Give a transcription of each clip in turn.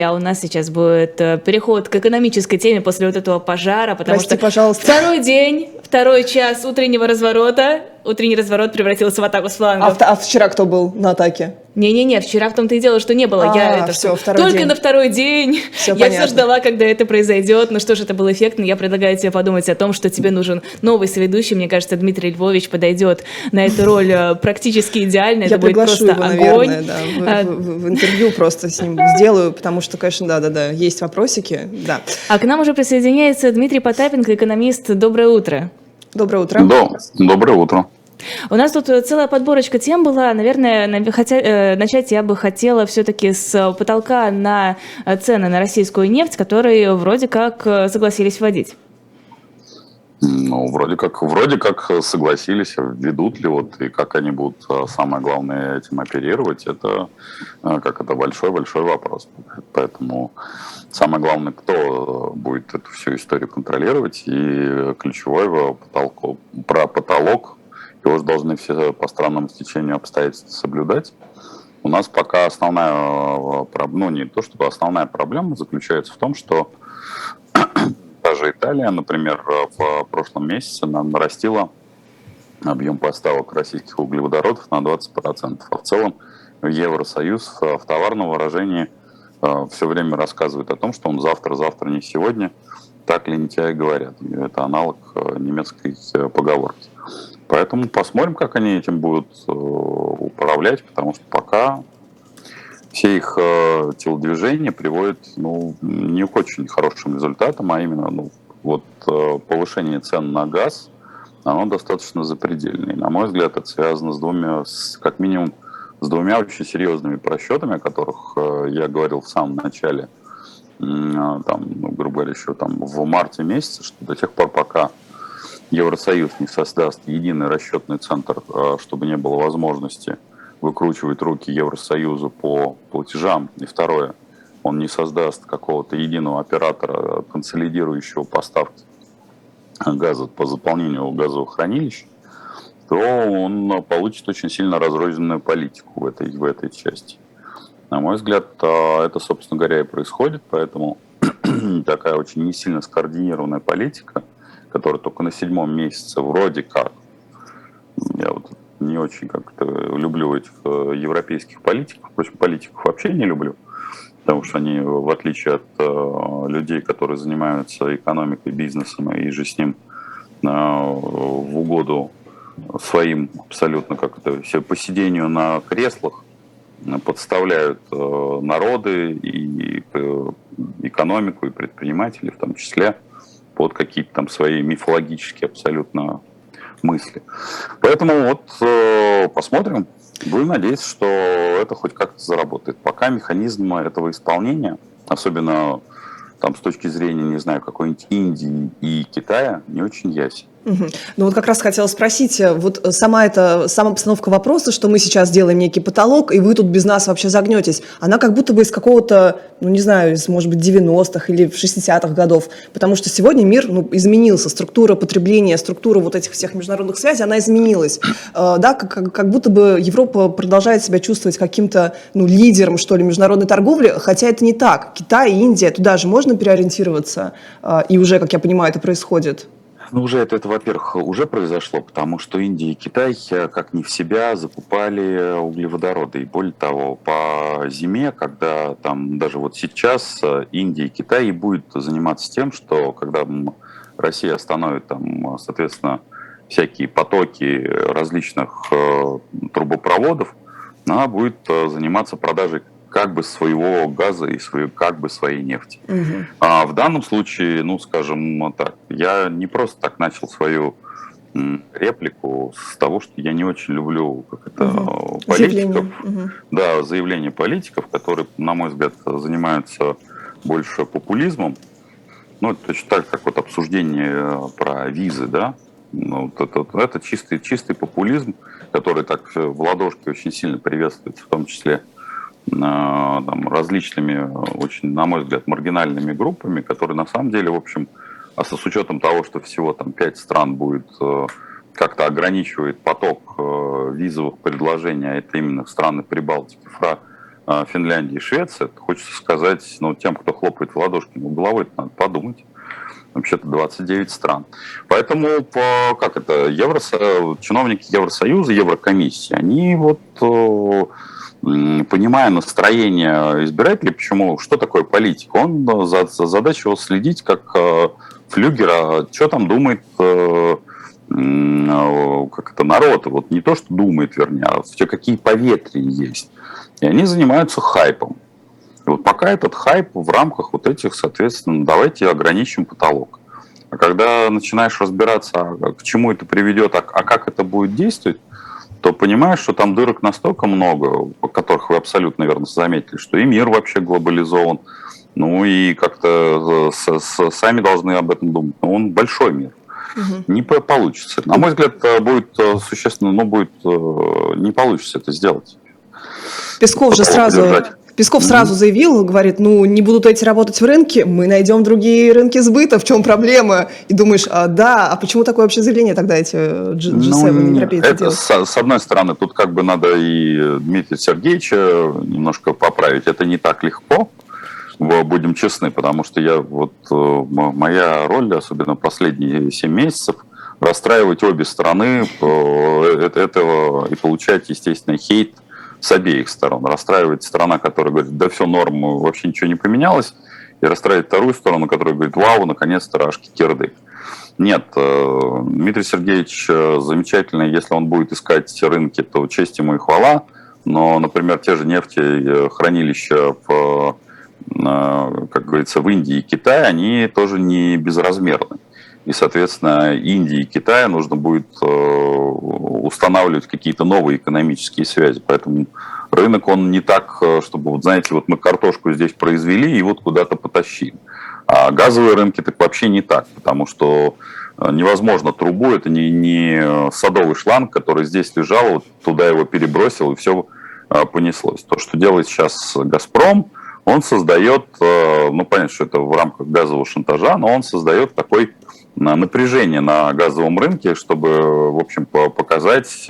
А у нас сейчас будет переход к экономической теме после вот этого пожара, потому Прости, что пожалуйста. второй день, второй час утреннего разворота. Утренний разворот превратился в атаку с флангов. А вчера кто был на атаке? Не-не-не, вчера в том-то и дело, что не было. Всё, второй только день. на второй день. Всё Я понятно. все ждала, когда это произойдет. Ну что ж, это был эффектно. Я предлагаю тебе подумать о том, что тебе нужен новый соведущий. Мне кажется, Дмитрий Львович подойдет на эту роль практически идеально. Я Это будет приглашу просто его, огонь. наверное, да, в интервью просто с ним сделаю, потому что, конечно, да, есть вопросики, да. А к нам уже присоединяется Дмитрий Потапенко, экономист. Доброе утро. Доброе утро. Да, доброе утро. У нас тут целая подборочка тем была. Наверное, начать я бы хотела все-таки с потолка на цены на российскую нефть, которые вроде как согласились вводить. Ну, вроде как согласились, ведут ли вот, и как они будут, самое главное, этим оперировать, это большой-большой вопрос. Поэтому самое главное, кто будет эту всю историю контролировать, и ключевой про потолок, его же должны все по странному стечению обстоятельств соблюдать. У нас пока основная проблема заключается в том, что даже Италия, например, в прошлом месяце нам нарастила объем поставок российских углеводородов на 20%. А в целом Евросоюз в товарном выражении все время рассказывает о том, что он завтра, не сегодня. Так лентяи говорят. Это аналог немецкой поговорки. Поэтому посмотрим, как они этим будут управлять, потому что пока все их телодвижения приводят не к очень хорошим результатам, а именно повышение цен на газ, оно достаточно запредельное. И, на мой взгляд, это связано как минимум с двумя очень серьезными просчетами, о которых я говорил в самом начале, грубо говоря, еще в марте месяце, что до тех пор, пока Евросоюз не создаст единый расчетный центр, чтобы не было возможности выкручивать руки Евросоюзу по платежам. И второе, он не создаст какого-то единого оператора, консолидирующего поставки газа по заполнению газовых хранилищ, то он получит очень сильно разрозненную политику в этой части. На мой взгляд, это, собственно говоря, и происходит, поэтому такая очень не сильно скоординированная политика, которая только на 7-м месяце вроде как, я не очень как-то люблю этих европейских политиков, впрочем, политиков вообще не люблю, потому что они, в отличие от людей, которые занимаются экономикой, бизнесом и же с ним в угоду своим абсолютно по сидению на креслах, подставляют народы и экономику, и предпринимателей в том числе под какие-то свои мифологические абсолютно мысли. Поэтому посмотрим. Будем надеяться, что это хоть как-то заработает. Пока механизм этого исполнения, особенно с точки зрения, не знаю, какой-нибудь Индии и Китая, не очень ясен. Ну как раз хотела спросить, сама постановка вопроса, что мы сейчас делаем некий потолок, и вы тут без нас вообще загнетесь, она как будто бы из какого-то, может быть, 90-х или 60-х годов, потому что сегодня мир изменился, структура потребления, структура этих всех международных связей, она изменилась. Да, как будто бы Европа продолжает себя чувствовать каким-то лидером, что ли, международной торговли, хотя это не так. Китай, Индия, туда же можно переориентироваться, и уже, как я понимаю, это происходит. Уже это, во-первых, уже произошло, потому что Индия и Китай, как не в себя, закупали углеводороды. И более того, по зиме, когда даже сейчас Индия и Китай и будет заниматься тем, что когда Россия остановит соответственно, всякие потоки различных трубопроводов, она будет заниматься продажей как бы своего газа и своей нефти. Угу. А в данном случае, скажем так, я не просто так начал свою реплику с того, что я не очень люблю политиков. Да, заявления политиков, которые, на мой взгляд, занимаются больше популизмом. Точно так, как обсуждение про визы, да. Это чистый популизм, который так в ладошке очень сильно приветствуется, в том числе различными, очень, на мой взгляд, маргинальными группами, которые на самом деле, в общем, с учетом того, что всего 5 стран будет как-то ограничивает поток визовых предложений, а это именно страны Прибалтики, Финляндия и Швеция, хочется сказать, тем, кто хлопает в ладошки, головой надо подумать. Вообще-то 29 стран. Поэтому, чиновники Евросоюза, Еврокомиссии, они понимая настроение избирателей, что такое политика, он задача его следить, как флюгер, что там думает народ. Не то, что думает, вернее, а все какие поветрия есть. И они занимаются хайпом. И пока этот хайп в рамках этих, соответственно, давайте ограничим потолок. А когда начинаешь разбираться, к чему это приведет, а как это будет действовать, то понимаешь, что там дырок настолько много, по которых вы абсолютно верно заметили, что и мир вообще глобализован, и как-то сами должны об этом думать. Но он большой мир. Не получится. На мой взгляд, будет существенно, не получится это сделать. Песков сразу заявил, говорит, не будут эти работать в рынке, мы найдем другие рынки сбыта, в чем проблема? И думаешь, а почему такое вообще заявление тогда эти G7 европейцы делают? С одной стороны, тут надо и Дмитрия Сергеевича немножко поправить. Это не так легко, будем честны, потому что моя роль, особенно последние 7 месяцев, расстраивать обе стороны этого и получать, естественно, хейт с обеих сторон. Расстраивает сторона, которая говорит, да все норм, вообще ничего не поменялось, и расстраивает вторую сторону, которая говорит, вау, наконец-то рашки кирдык. Нет, Дмитрий Сергеевич замечательный, если он будет искать рынки, то честь ему и хвала, но, например, те же нефтехранилища как говорится, в Индии и Китае, они тоже не безразмерны. И, соответственно, Индии и Китаю нужно будет устанавливать какие-то новые экономические связи. Поэтому рынок, он не так, чтобы, мы картошку здесь произвели и куда-то потащили. А газовые рынки так вообще не так, потому что невозможно трубу, это не садовый шланг, который здесь лежал, туда его перебросил и все понеслось. То, что делает сейчас «Газпром», он создает, понятно, что это в рамках газового шантажа, но он создает такое напряжение на газовом рынке, чтобы, в общем, показать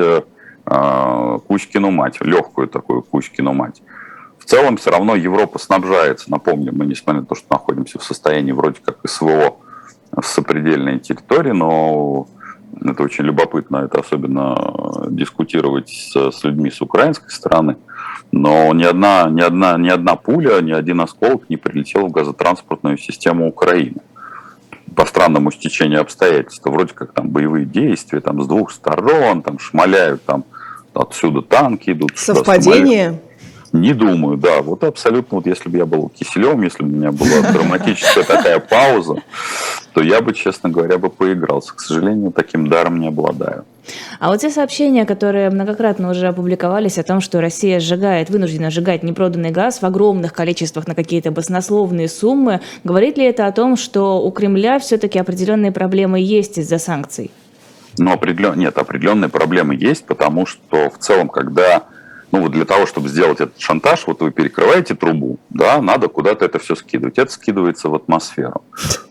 Кузькину мать, легкую такую Кузькину мать. В целом, все равно Европа снабжается, напомню, мы, несмотря на то, что находимся в состоянии вроде как СВО в сопредельной территории, но это очень любопытно, это особенно дискутировать с людьми с украинской стороны. Но ни одна пуля, ни один осколок не прилетел в газотранспортную систему Украины. По странному стечению обстоятельств. Вроде как там боевые действия с двух сторон, шмаляют, отсюда танки идут. Совпадение? Не думаю, да. Абсолютно, если бы я был Киселевым, если бы у меня была драматическая такая пауза, то я бы, честно говоря, поигрался. К сожалению, таким даром не обладаю. А те сообщения, которые многократно уже опубликовались о том, что Россия вынуждена сжигать непроданный газ в огромных количествах на какие-то баснословные суммы, говорит ли это о том, что у Кремля все-таки определенные проблемы есть из-за санкций? Определенные проблемы есть, потому что в целом, когда для того, чтобы сделать этот шантаж, вы перекрываете трубу, да, надо куда-то это все скидывать. Это скидывается в атмосферу.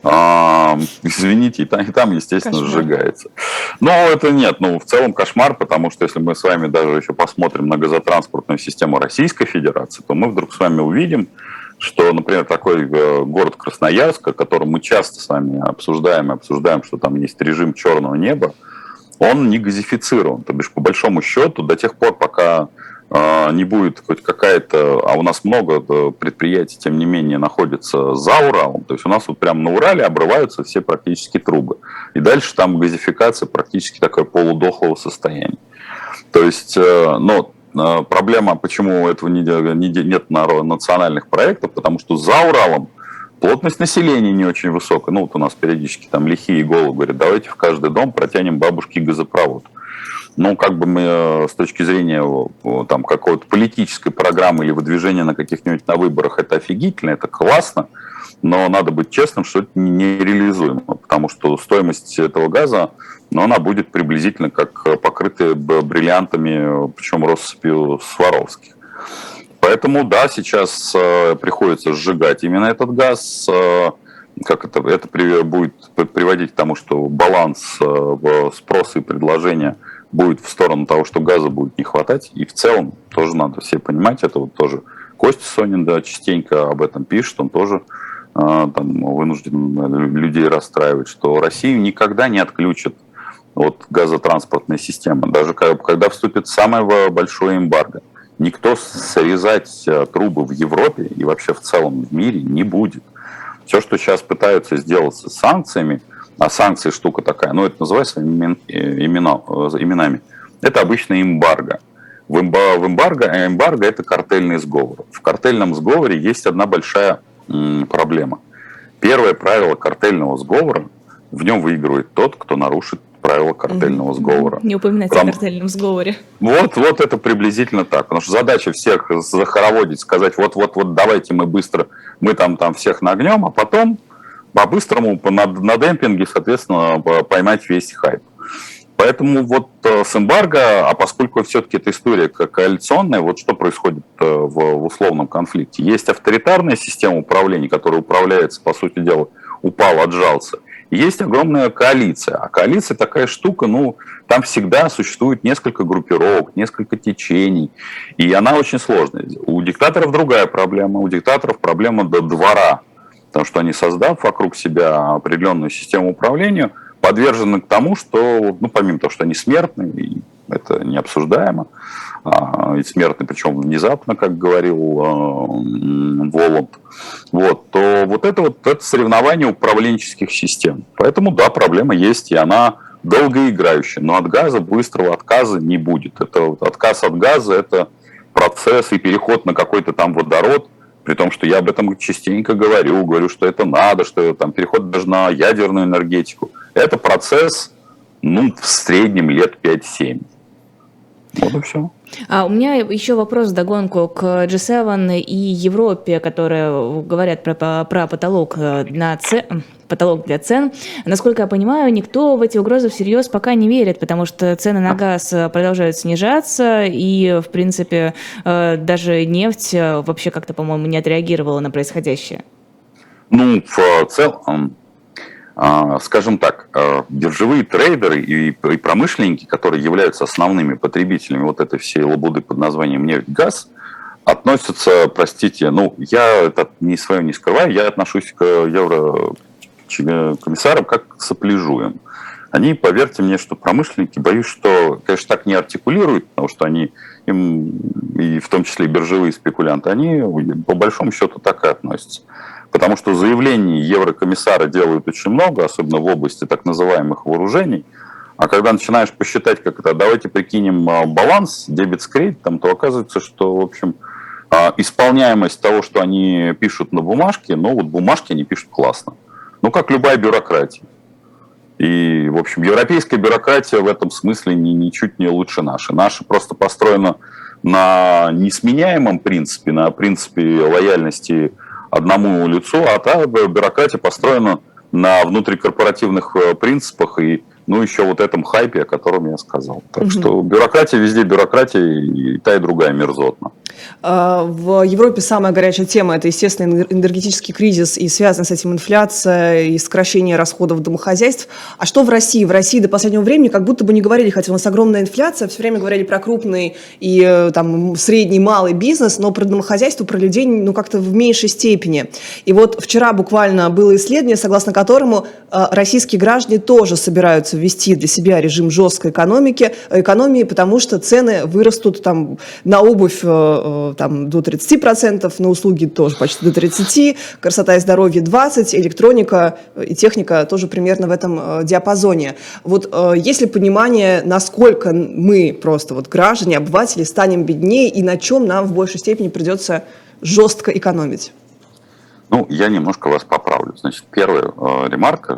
Извините, и там естественно, кошмар. Сжигается. Но это нет, в целом кошмар, потому что если мы с вами даже еще посмотрим на газотранспортную систему Российской Федерации, то мы вдруг с вами увидим, что, например, такой город Красноярск, о котором мы часто с вами обсуждаем, что там есть режим черного неба, он не газифицирован. То бишь, по большому счету, до тех пор, пока не будет хоть какая-то, а у нас много предприятий, тем не менее, находится за Уралом, то есть у нас прямо на Урале обрываются все практически трубы. И дальше там газификация практически такое полудохлого состояния. То есть, проблема, почему этого нет национальных проектов, потому что за Уралом плотность населения не очень высокая. У нас периодически лихие головы говорят, давайте в каждый дом протянем бабушке газопровод. Мы с точки зрения какой-то политической программы или выдвижения на каких-нибудь на выборах, это офигительно, это классно, но надо быть честным, что это нереализуемо, потому что стоимость этого газа, она будет приблизительно как покрытая бриллиантами, причем россыпью Сваровских. Поэтому, да, сейчас приходится сжигать именно этот газ. Это будет приводить к тому, что баланс спроса и предложения будет в сторону того, что газа будет не хватать. И в целом тоже надо все понимать, это тоже Костя Сонин, да, частенько об этом пишет, он тоже там вынужден людей расстраивать, что Россию никогда не отключат от газотранспортной системы, даже когда вступит самое большое эмбарго. Никто срезать трубы в Европе и вообще в целом в мире не будет. Все, что сейчас пытаются сделать с санкциями, а санкции штука такая, это называется именами, это обычно эмбарго. Эмбарго – это картельный сговор. В картельном сговоре есть одна большая проблема. Первое правило картельного сговора – в нем выигрывает тот, кто нарушит правила картельного сговора. Не упоминайте о картельном сговоре. Вот это приблизительно так. Потому что задача всех захороводить, сказать, вот давайте мы там всех нагнем, а потом по-быстрому на демпинге, соответственно, поймать весь хайп. Поэтому с эмбарго, а поскольку все-таки эта история коалиционная, что происходит в условном конфликте? Есть авторитарная система управления, которая управляется, по сути дела, упал, отжался. Есть огромная коалиция. А коалиция такая штука, там всегда существует несколько группировок, несколько течений. И она очень сложная. У диктаторов другая проблема. У диктаторов проблема до двора. Потому что они, создав вокруг себя определенную систему управления, подвержены к тому, что, помимо того, что они смертны, и это необсуждаемо, и смертны, причем внезапно, как говорил Воланд, то это соревнование управленческих систем. Поэтому, да, проблема есть, и она долгоиграющая, но от газа быстрого отказа не будет. Отказ от газа – это процесс и переход на какой-то там водород, при том, что я об этом частенько говорю, что это надо, что там переход даже на ядерную энергетику. Это процесс, в среднем лет 5-7. Вот и все. У меня еще вопрос вдогонку к G7 и Европе, которые говорят про потолок для цен. Насколько я понимаю, никто в эти угрозы всерьез пока не верит, потому что цены на газ продолжают снижаться, и, в принципе, даже нефть вообще как-то, по-моему, не отреагировала на происходящее. В целом, скажем так, биржевые трейдеры и промышленники, которые являются основными потребителями этой всей лабуды под названием нефть-газ, относятся, простите, я это не скрываю, я отношусь к еврокомиссарам как к сопляжуям. Они, поверьте мне, что промышленники, боюсь, что, конечно, так не артикулируют, потому что им, и в том числе и биржевые спекулянты, они по большому счету так и относятся. Потому что заявлений еврокомиссара делают очень много, особенно в области так называемых вооружений. А когда начинаешь посчитать, давайте прикинем баланс, дебет с кредитом, то оказывается, что, в общем, исполняемость того, что они пишут на бумажке, бумажки они пишут классно. Как любая бюрократия. И, в общем, европейская бюрократия в этом смысле ничуть не лучше нашей. Наша просто построена на несменяемом принципе, на принципе лояльности одному лицу, а та бюрократия построена на внутрикорпоративных принципах и еще этом хайпе, о котором я сказал. Так что бюрократия везде бюрократия, и та, и другая мерзотна. В Европе самая горячая тема – это, естественно, энергетический кризис, и связана с этим инфляция и сокращение расходов домохозяйств. А что в России? В России до последнего времени как будто бы не говорили, хотя у нас огромная инфляция, все время говорили про крупный и средний, малый бизнес, но про домохозяйство, про людей как-то в меньшей степени. И вчера буквально было исследование, согласно которому российские граждане тоже собираются ввести для себя режим жесткой экономии, потому что цены вырастут на обувь до 30%, на услуги тоже почти до 30%, красота и здоровье 20%, электроника и техника тоже примерно в этом диапазоне. Есть ли понимание, насколько мы просто граждане, обыватели станем беднее и на чем нам в большей степени придется жестко экономить? Я немножко вас поправлю. Первая ремарка,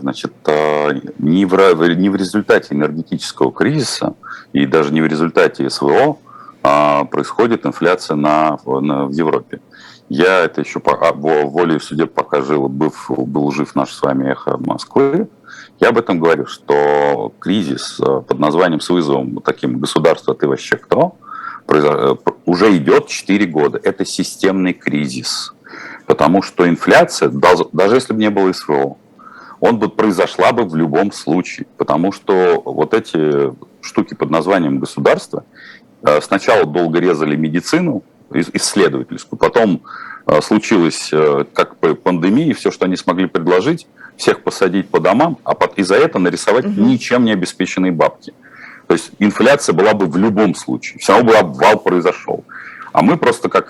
не в результате энергетического кризиса и даже не в результате СВО происходит инфляция в Европе. Я это еще волей судеб пока был жив наш с вами эхо Москвы. Я об этом говорю, что кризис под названием с вызовом таким «Государство, ты вообще кто?» уже идет 4 года. Это системный кризис. Потому что инфляция, даже если бы не было СВО, произошла бы в любом случае. Потому что эти штуки под названием государство сначала долго резали медицину, исследовательскую. Потом случилась как бы пандемия, и все, что они смогли предложить, всех посадить по домам, и за это нарисовать ничем не обеспеченные бабки. То есть инфляция была бы в любом случае, все равно обвал произошел. А мы просто как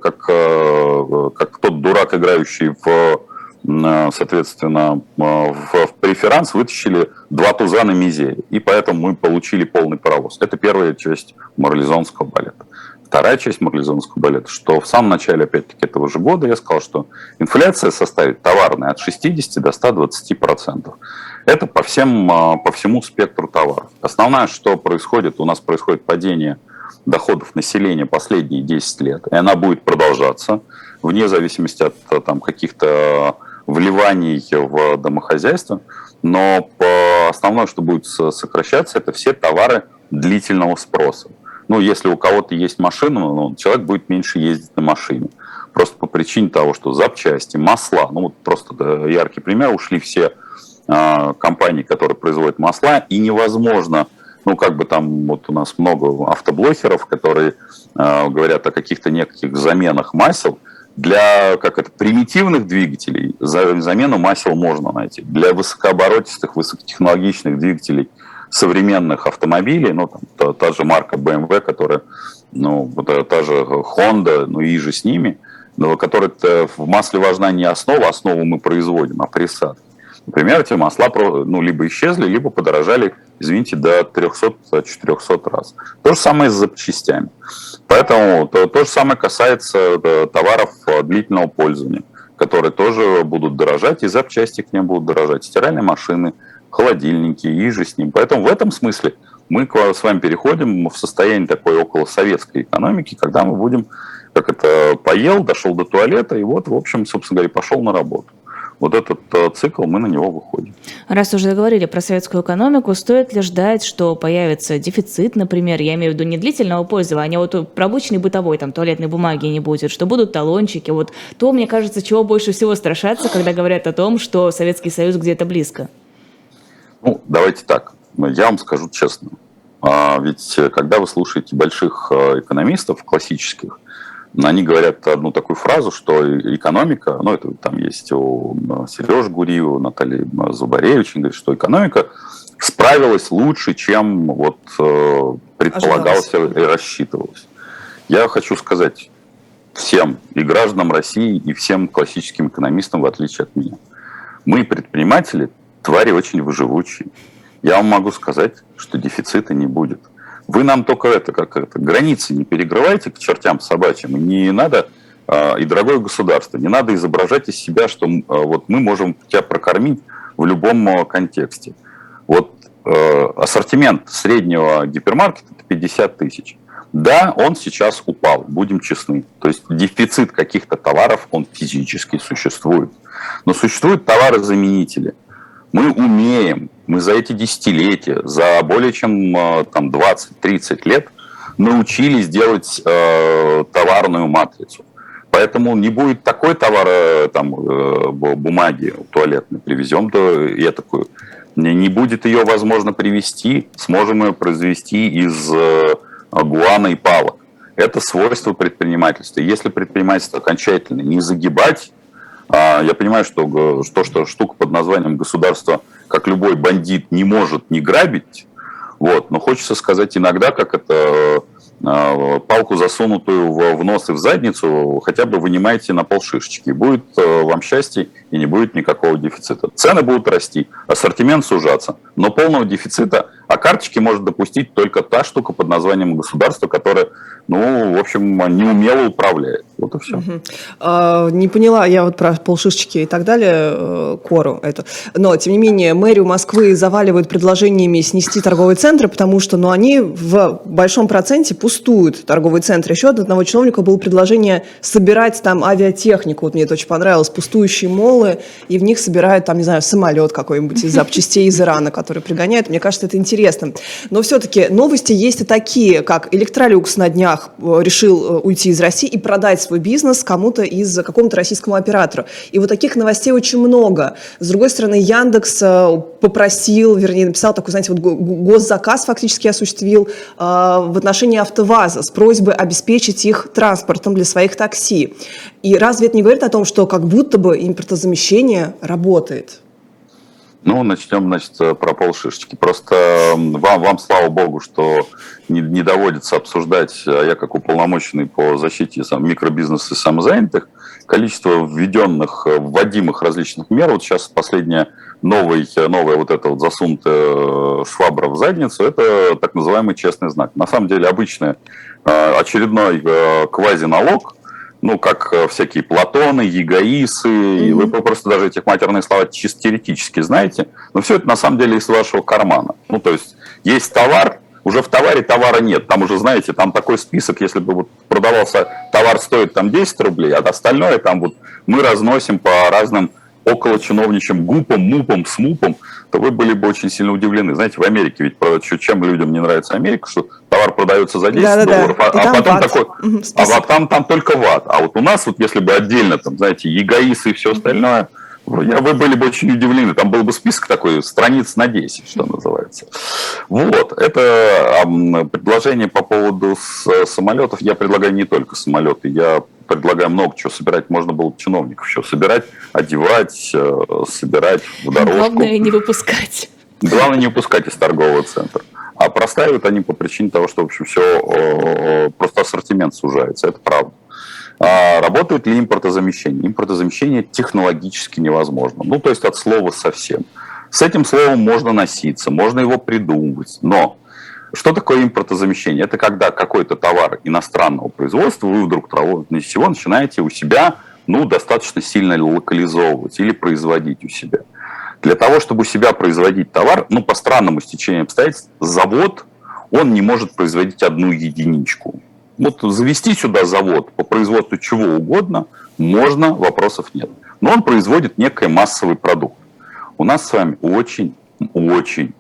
тот дурак, играющий соответственно, в преферанс, вытащили 2 туза на мизере. И поэтому мы получили полный паровоз. Это первая часть марлезонского балета. Вторая часть марлезонского балета, что в самом начале, опять-таки, этого же года я сказал, что инфляция составит товарная от 60 до 120%. Это по всему спектру товаров. Основное, что происходит, у нас происходит падение доходов населения последние 10 лет, и она будет продолжаться, вне зависимости от каких-то вливаний в домохозяйство, но основное, что будет сокращаться, это все товары длительного спроса. Если у кого-то есть машина, человек будет меньше ездить на машине. Просто по причине того, что запчасти, масла, просто яркий пример, ушли все компании, которые производят масла, и невозможно, у нас много автоблогеров, которые говорят о каких-то неких заменах масел. Для примитивных двигателей замену масел можно найти. Для высокооборотистых, высокотехнологичных двигателей современных автомобилей, та же марка BMW, которая, та же Honda, и же с ними, которая в масле важна не основа, основу мы производим, а присадки. Например, эти масла либо исчезли, либо подорожали, извините, до 300-400 раз. То же самое с запчастями. Поэтому то же самое касается товаров длительного пользования, которые тоже будут дорожать, и запчасти к ним будут дорожать. Стиральные машины, холодильники и же с ним. Поэтому в этом смысле мы с вами переходим в состояние такой околосоветской экономики, когда мы будем, поел, дошел до туалета, и в общем, собственно говоря, пошел на работу. Вот этот цикл, мы на него выходим. Раз уже заговорили про советскую экономику, стоит ли ждать, что появится дефицит, например, я имею в виду не длительного пользования, а про обычной бытовой, туалетной бумаги не будет, что будут талончики, то, мне кажется, чего больше всего страшаться, когда говорят о том, что Советский Союз где-то близко. Давайте так, я вам скажу честно, ведь когда вы слушаете больших экономистов классических, они говорят одну такую фразу, что экономика, это там есть у Сережи Гуриева, Натальи Зубаревич, говорит, что экономика справилась лучше, чем предполагалось и рассчитывалось. Я хочу сказать всем, и гражданам России, и всем классическим экономистам, в отличие от меня, мы, предприниматели, твари очень выживучие. Я вам могу сказать, что дефицита не будет. Вы нам только границы не перегрывайте к чертям собачьим. Не надо, и дорогое государство, не надо изображать из себя, что мы можем тебя прокормить в любом контексте. Ассортимент среднего гипермаркета – это 50 тысяч. Да, он сейчас упал, будем честны. То есть дефицит каких-то товаров, он физически существует. Но существуют товары-заменители. Мы за эти десятилетия, за более чем 20-30 лет научились делать товарную матрицу. Поэтому не будет такой товара, бумаги туалетной, привезем такую. Не будет ее возможно привезти, сможем ее произвести из гуана и палок. Это свойство предпринимательства. Если предпринимательство окончательно не загибать, я понимаю, что штука под названием государство, как любой бандит, не может не грабить, но хочется сказать иногда, палку, засунутую в нос и в задницу, хотя бы вынимайте на полшишечки. Будет вам счастье, и не будет никакого дефицита. Цены будут расти, ассортимент сужаться, но полного дефицита, а карточки может допустить только та штука под названием государство, которая, неумело управляет. Вот и все. Не поняла я про полшишечки и так далее, кору эту. Но, тем не менее, мэрию Москвы заваливают предложениями снести торговые центры, потому что они в большом проценте пустуют, торговые центры. Еще от одного чиновника было предложение собирать там авиатехнику. Мне это очень понравилось. Пустующие моллы, и в них собирают, самолет какой-нибудь из запчастей из Ирана, который пригоняют. Мне кажется, это интересно. интересно. Но все-таки новости есть и такие, как Electrolux на днях решил уйти из России и продать свой бизнес кому-то какому-то российскому оператору. И вот таких новостей очень много. С другой стороны, Яндекс написал такой, знаете, вот госзаказ фактически осуществил в отношении АвтоВАЗа с просьбой обеспечить их транспортом для своих такси. И разве это не говорит о том, что как будто бы импортозамещение работает? Ну, начнем, значит, про полшишечки. Просто вам слава богу, что не доводится обсуждать, я как уполномоченный по защите микробизнеса и самозанятых, количество вводимых различных мер. Вот сейчас последняя новая вот эта вот засунутая швабра в задницу, это так называемый честный знак. На самом деле обычный очередной квазиналог, ну, как всякие Платоны, Егоисы, и вы просто даже этих матерные слова чисто теоретически знаете, но все это на самом деле из вашего кармана. Ну, то есть товар, уже в товаре товара нет, там уже, знаете, там такой список, если бы вот продавался товар стоит там 10 рублей, а остальное там вот мы разносим по разным около чиновничьим ГУПам, МУПам, СМУПам, то вы были бы очень сильно удивлены. Знаете, в Америке ведь, чем людям не нравится Америка, что товар продается за 10 долларов, а потом такой, там только ват. А вот у нас, вот если бы отдельно, там, знаете, егоисы и все остальное, вы были бы очень удивлены. Там был бы список такой, страниц на 10, что называется. Вот. Это предложение по поводу самолетов. Я предлагаю не только самолеты. Я предлагаю много чего собирать. Можно было чиновников еще собирать, одевать, собирать в дорожку. Главное не выпускать. Главное не выпускать из торгового центра. А простаивают они по причине того, что, в общем, все, просто ассортимент сужается. Это правда. Работает ли импортозамещение? Импортозамещение технологически невозможно. Ну, то есть от слова совсем. С этим словом можно носиться, можно его придумывать. Но что такое импортозамещение? Это когда какой-то товар иностранного производства вы вдруг всего начинаете у себя достаточно сильно локализовывать или производить у себя. Для того, чтобы у себя производить товар, по странному стечению обстоятельств, завод, он не может производить одну единичку. Вот завести сюда завод по производству чего угодно можно, вопросов нет. Но он производит некий массовый продукт. У нас с вами очень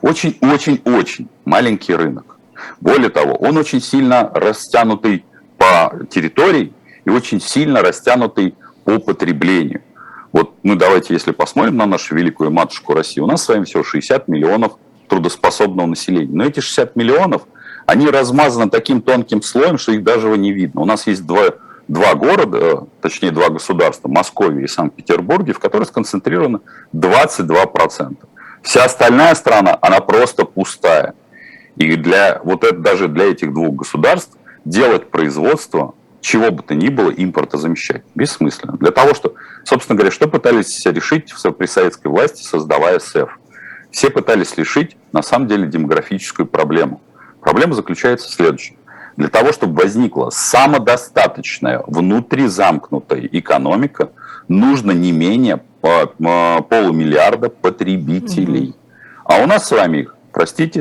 маленький рынок. Более того, он очень сильно растянутый по территории и очень сильно растянутый по потреблению. Вот давайте, если посмотрим на нашу великую матушку Россию, у нас с вами всего 60 миллионов трудоспособного населения. Но эти 60 миллионов, они размазаны таким тонким слоем, что их даже не видно. У нас есть два города, точнее два государства, Московия и Санкт-Петербург, в которых сконцентрировано 22%. Вся остальная страна, она просто пустая. И даже для этих двух государств делать производство, чего бы то ни было, импортозамещать, бессмысленно. Для того, что, собственно говоря, что пытались решить при советской власти, создавая СЭФ? Все пытались решить, на самом деле, демографическую проблему. Проблема заключается в следующем. Для того, чтобы возникла самодостаточная, внутризамкнутая экономика, нужно не менее полумиллиарда потребителей. А у нас с вами их, простите,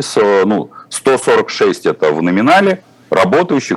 146 это в номинале, работающих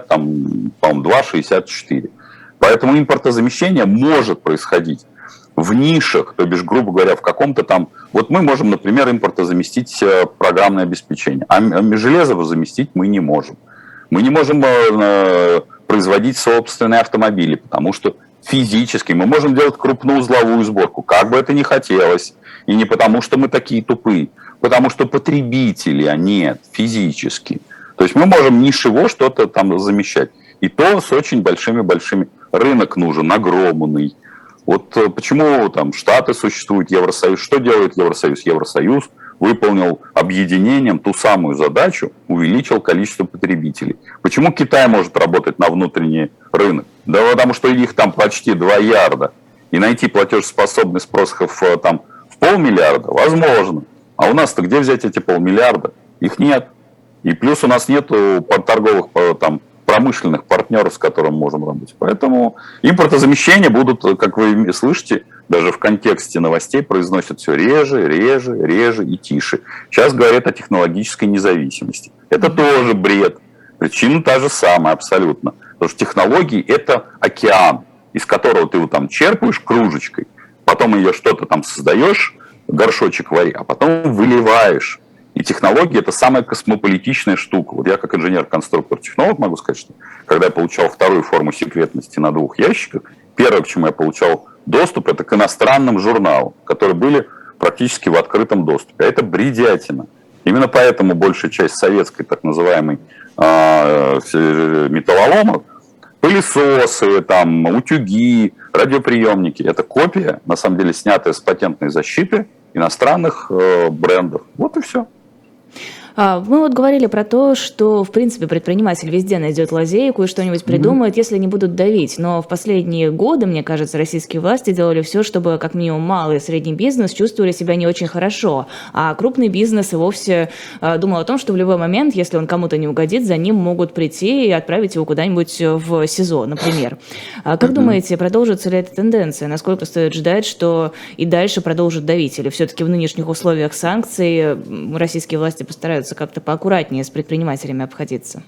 62-64. Поэтому импортозамещение может происходить в нишах, то бишь, грубо говоря, в каком-то там... Вот мы можем, например, импортозаместить программное обеспечение, а железо заместить мы не можем. Мы не можем производить собственные автомобили, потому что физически мы можем делать крупноузловую сборку, как бы это ни хотелось. И не потому, что мы такие тупые, потому что потребителей нет физически. То есть мы можем нишево что-то там замещать. И то с очень большими. Рынок нужен огромный. Вот почему там Штаты существуют, Евросоюз. Что делает Евросоюз? Евросоюз выполнил объединением ту самую задачу, увеличил количество потребителей. Почему Китай может работать на внутренний рынок? Да потому что их там почти 2 ярда. И найти платежеспособный спрос там в 500 миллиона возможно. А у нас-то где взять эти 500 миллиона? Их нет. И плюс у нас нет торговых промышленных партнеров, с которыми можем работать. Поэтому импортозамещения будут, как вы слышите, даже в контексте новостей произносят все реже и тише. Сейчас говорят о технологической независимости. Это тоже бред. Причина та же самая абсолютно. Потому что технологии – это океан, из которого ты там черпаешь кружечкой, потом ее что-то там создаешь, горшочек вари, а потом выливаешь. И технологии – это самая космополитичная штука. Вот я как инженер-конструктор-технолог могу сказать, что когда я получал вторую форму секретности на 2 ящиках, первое, к чему я получал доступ, это к иностранным журналам, которые были практически в открытом доступе. А это бредятина. Именно поэтому большая часть советской так называемой металлолома, пылесосы, там, утюги, радиоприемники – это копия, на самом деле, снятая с патентной защиты иностранных брендов. Вот и все. Мы вот говорили про то, что, в принципе, предприниматель везде найдет лазейку и что-нибудь придумает, если не будут давить. Но в последние годы, мне кажется, российские власти делали все, чтобы, как минимум, малый и средний бизнес чувствовали себя не очень хорошо. А крупный бизнес и вовсе думал о том, что в любой момент, если он кому-то не угодит, за ним могут прийти и отправить его куда-нибудь в СИЗО, например. Как думаете, продолжится ли эта тенденция? Насколько стоит ждать, что и дальше продолжат давить? Или все-таки в нынешних условиях санкций российские власти постараются как-то поаккуратнее с предпринимателями обходиться?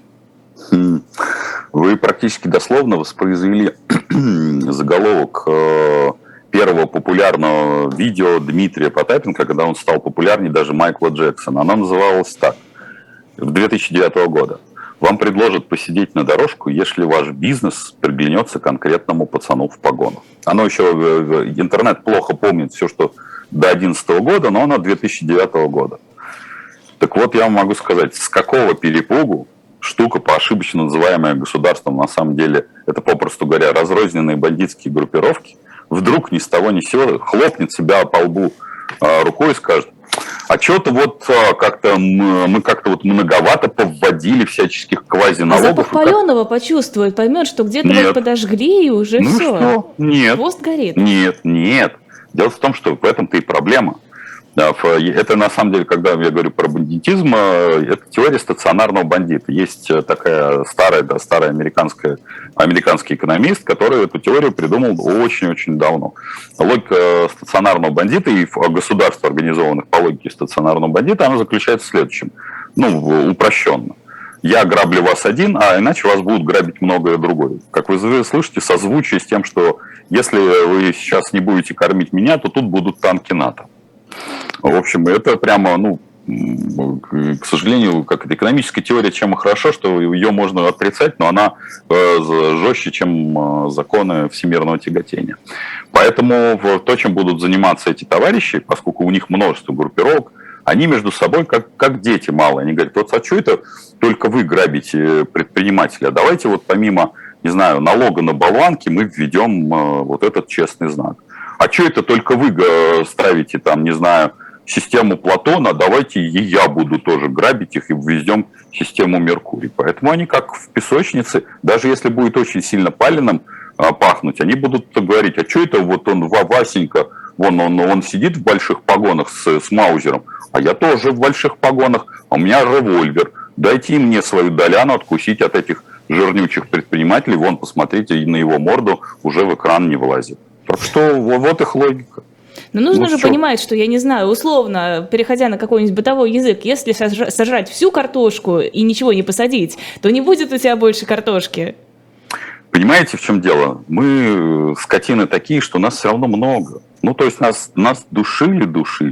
Вы практически дословно воспроизвели заголовок первого популярного видео Дмитрия Потапенко, когда он стал популярнее даже Майкла Джексона. Оно называлось так. 2009 года. Вам предложат посидеть на дорожку, если ваш бизнес приглянется конкретному пацану в погонах. Оно еще, интернет плохо помнит все, что до 2011 года, но оно 2009 года. Так вот, я вам могу сказать, с какого перепугу штука, ошибочно называемая государством, на самом деле, это, попросту говоря, разрозненные бандитские группировки, вдруг ни с того ни с сего хлопнет себя по лбу рукой и скажет: а что-то вот как-то мы как-то вот многовато повводили всяческих квазиналогов. А запах паленого почувствует, поймет, что где-то вот подожгли, и уже ну все. Что? Нет. Хвост горит. Нет. Дело в том, что в этом-то и проблема. Это на самом деле, когда я говорю про бандитизм, это теория стационарного бандита. Есть такая старая американский экономист, который эту теорию придумал очень-очень давно. Логика стационарного бандита и государств, организованных по логике стационарного бандита, она заключается в следующем. Упрощенно. Я граблю вас один, а иначе вас будут грабить многое другое. Как вы слышите, созвучие с тем, что если вы сейчас не будете кормить меня, то тут будут танки НАТО. В общем, это прямо, к сожалению, как экономическая теория, чем и хорошо, что ее можно отрицать, но она жестче, чем законы всемирного тяготения. Поэтому то, чем будут заниматься эти товарищи, поскольку у них множество группировок, они между собой как дети малые. Они говорят: вот а что это только вы грабите предпринимателя? А давайте вот помимо, не знаю, налога на болванки мы введем вот этот честный знак. А что это только вы ставите там, не знаю, систему Платона, давайте и я буду тоже грабить их и введем систему Меркурий. Поэтому они как в песочнице, даже если будет очень сильно паленым пахнуть, они будут говорить: а что это вот он, Васенька, он сидит в больших погонах с маузером, а я тоже в больших погонах, а у меня револьвер. Дайте мне свою доляну откусить от этих жирнючих предпринимателей, вон, посмотрите, и на его морду уже в экран не влазит. Так что вот их логика. Но нужно же понимать, что, я не знаю, условно, переходя на какой-нибудь бытовой язык, если сожрать всю картошку и ничего не посадить, то не будет у тебя больше картошки. Понимаете, в чем дело? Мы скотины такие, что нас все равно много. То есть нас душили,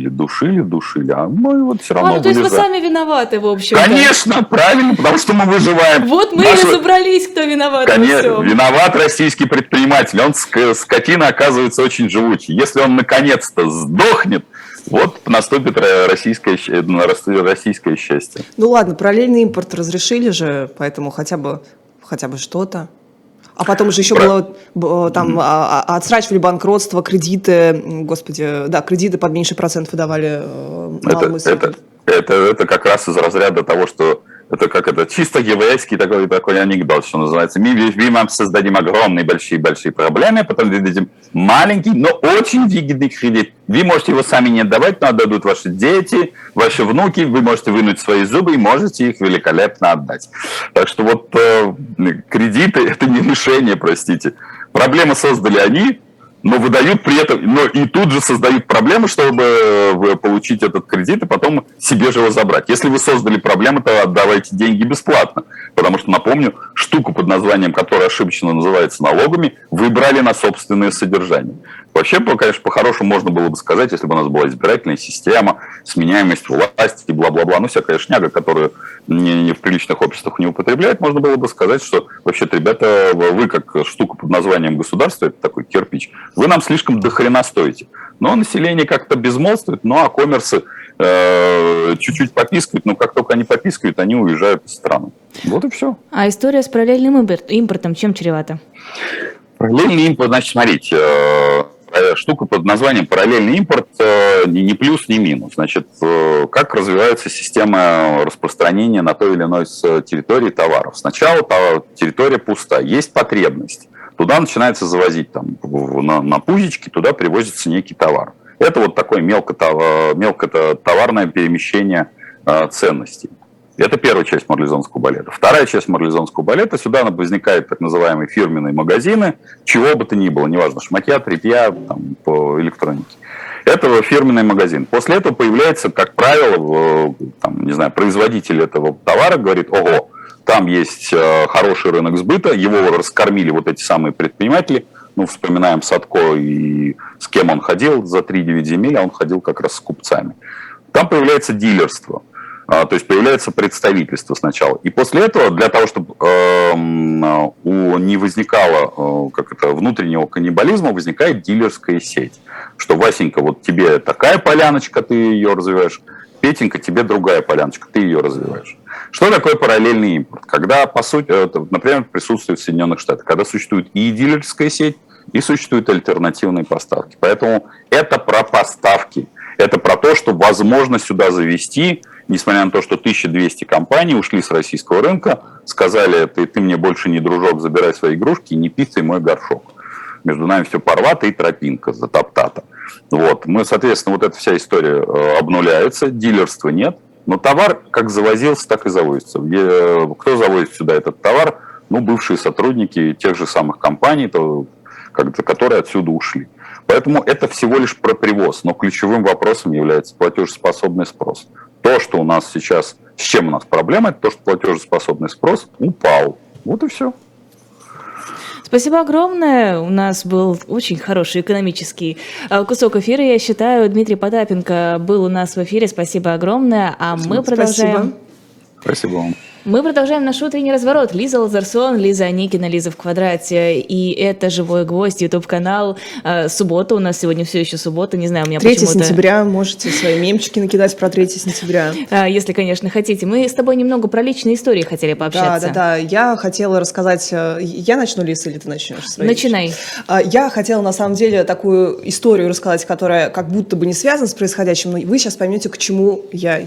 а мы вот все равно то есть вы сами виноваты, в общем. Конечно, правильно, потому что мы выживаем. Вот мы и разобрались, кто виноват во всем. Виноват российский предприниматель. Он, скотина, оказывается очень живучий. Если он наконец-то сдохнет, вот наступит российское счастье. Ладно, параллельный импорт разрешили же, поэтому хотя бы что-то. А потом же еще было там отсрачивали банкротство, кредиты, кредиты под меньший процент выдавали малым и средним. Это как раз из разряда того, что это чисто еврейский такой анекдот, что называется. Мы вам создадим огромные большие проблемы, потом дадим маленький, но очень выгодный кредит. Вы можете его сами не отдавать, но отдадут ваши дети, ваши внуки, вы можете вынуть свои зубы и можете их великолепно отдать. Так что вот кредиты – это не решение, простите. Проблемы создали они, но выдают при этом, но и тут же создают проблемы, чтобы получить этот кредит и потом себе же его забрать. Если вы создали проблему, то отдавайте деньги бесплатно. Потому что, напомню, штуку под названием, которая ошибочно называется налогами, вы брали на собственное содержание. Вообще, конечно, по-хорошему можно было бы сказать, если бы у нас была избирательная система, сменяемость власти и бла-бла-бла, ну, всякая шняга, которую в приличных обществах не употребляют, можно было бы сказать, что вообще-то, ребята, вы как штука под названием государство, это такой кирпич, вы нам слишком дохрена стоите. Но население как-то безмолвствует, ну, а коммерсы чуть-чуть попискивают, но как только они попискивают, они уезжают из страны. Вот и все. А история с параллельным импортом чем чревата? Параллельный импорт, значит, смотрите, штука под названием параллельный импорт ни плюс, ни минус. Значит, как развивается система распространения на той или иной территории товаров. Сначала территория пуста, есть потребность. Туда начинается завозить на пузички, туда привозится некий товар. Это вот такое мелкотоварное перемещение ценностей. Это первая часть марлезонского балета. Вторая часть марлезонского балета, сюда возникают так называемые фирменные магазины, чего бы то ни было, неважно, шматья, тряпья, по электронике. Это фирменный магазин. После этого появляется, как правило, производитель этого товара говорит: ого, там есть хороший рынок сбыта, его раскормили вот эти самые предприниматели. Ну, вспоминаем Садко и с кем он ходил за 3-9 земель, а он ходил как раз с купцами. Там появляется дилерство. То есть появляется представительство сначала. И после этого, для того, чтобы не возникало внутреннего каннибализма, возникает дилерская сеть. Что, Васенька, вот тебе такая поляночка, ты ее развиваешь, Петенька, тебе другая поляночка, ты ее развиваешь. Что такое параллельный импорт? Когда, по сути, например, присутствует в Соединенных Штатах, когда существует и дилерская сеть, и существуют альтернативные поставки. Поэтому это про поставки. Это про то, что возможно сюда завести, несмотря на то, что 1200 компаний ушли с российского рынка, сказали: ты мне больше не дружок, забирай свои игрушки, не писай мой горшок. Между нами все порвато и тропинка затоптата. Вот. Мы, соответственно, вот эта вся история обнуляется, дилерства нет, но товар как завозился, так и завозится. Кто завозит сюда этот товар? Ну, бывшие сотрудники тех же самых компаний, которые отсюда ушли. Поэтому это всего лишь про привоз, но ключевым вопросом является платежеспособный спрос. То, что у нас сейчас, с чем у нас проблема, это то, что платежеспособный спрос упал. Вот и все. Спасибо огромное. У нас был очень хороший экономический кусок эфира, я считаю. Дмитрий Потапенко был у нас в эфире. Спасибо огромное. А мы продолжаем. Спасибо вам. Мы продолжаем наш утренний разворот. Лиза Лазарсон, Лиза Аникина, Лиза в квадрате. И это «Живой гвоздь», YouTube-канал. Суббота у нас сегодня, все еще суббота. Не знаю, у меня 3 почему-то... сентября. Можете свои мемчики накидать про 3 сентября. Если, конечно, хотите. Мы с тобой немного про личные истории хотели пообщаться. Да. Я хотела рассказать... Я начну, Лиз, или ты начнешь? Начинай. Я хотела, на самом деле, такую историю рассказать, которая как будто бы не связана с происходящим, но вы сейчас поймете, к чему я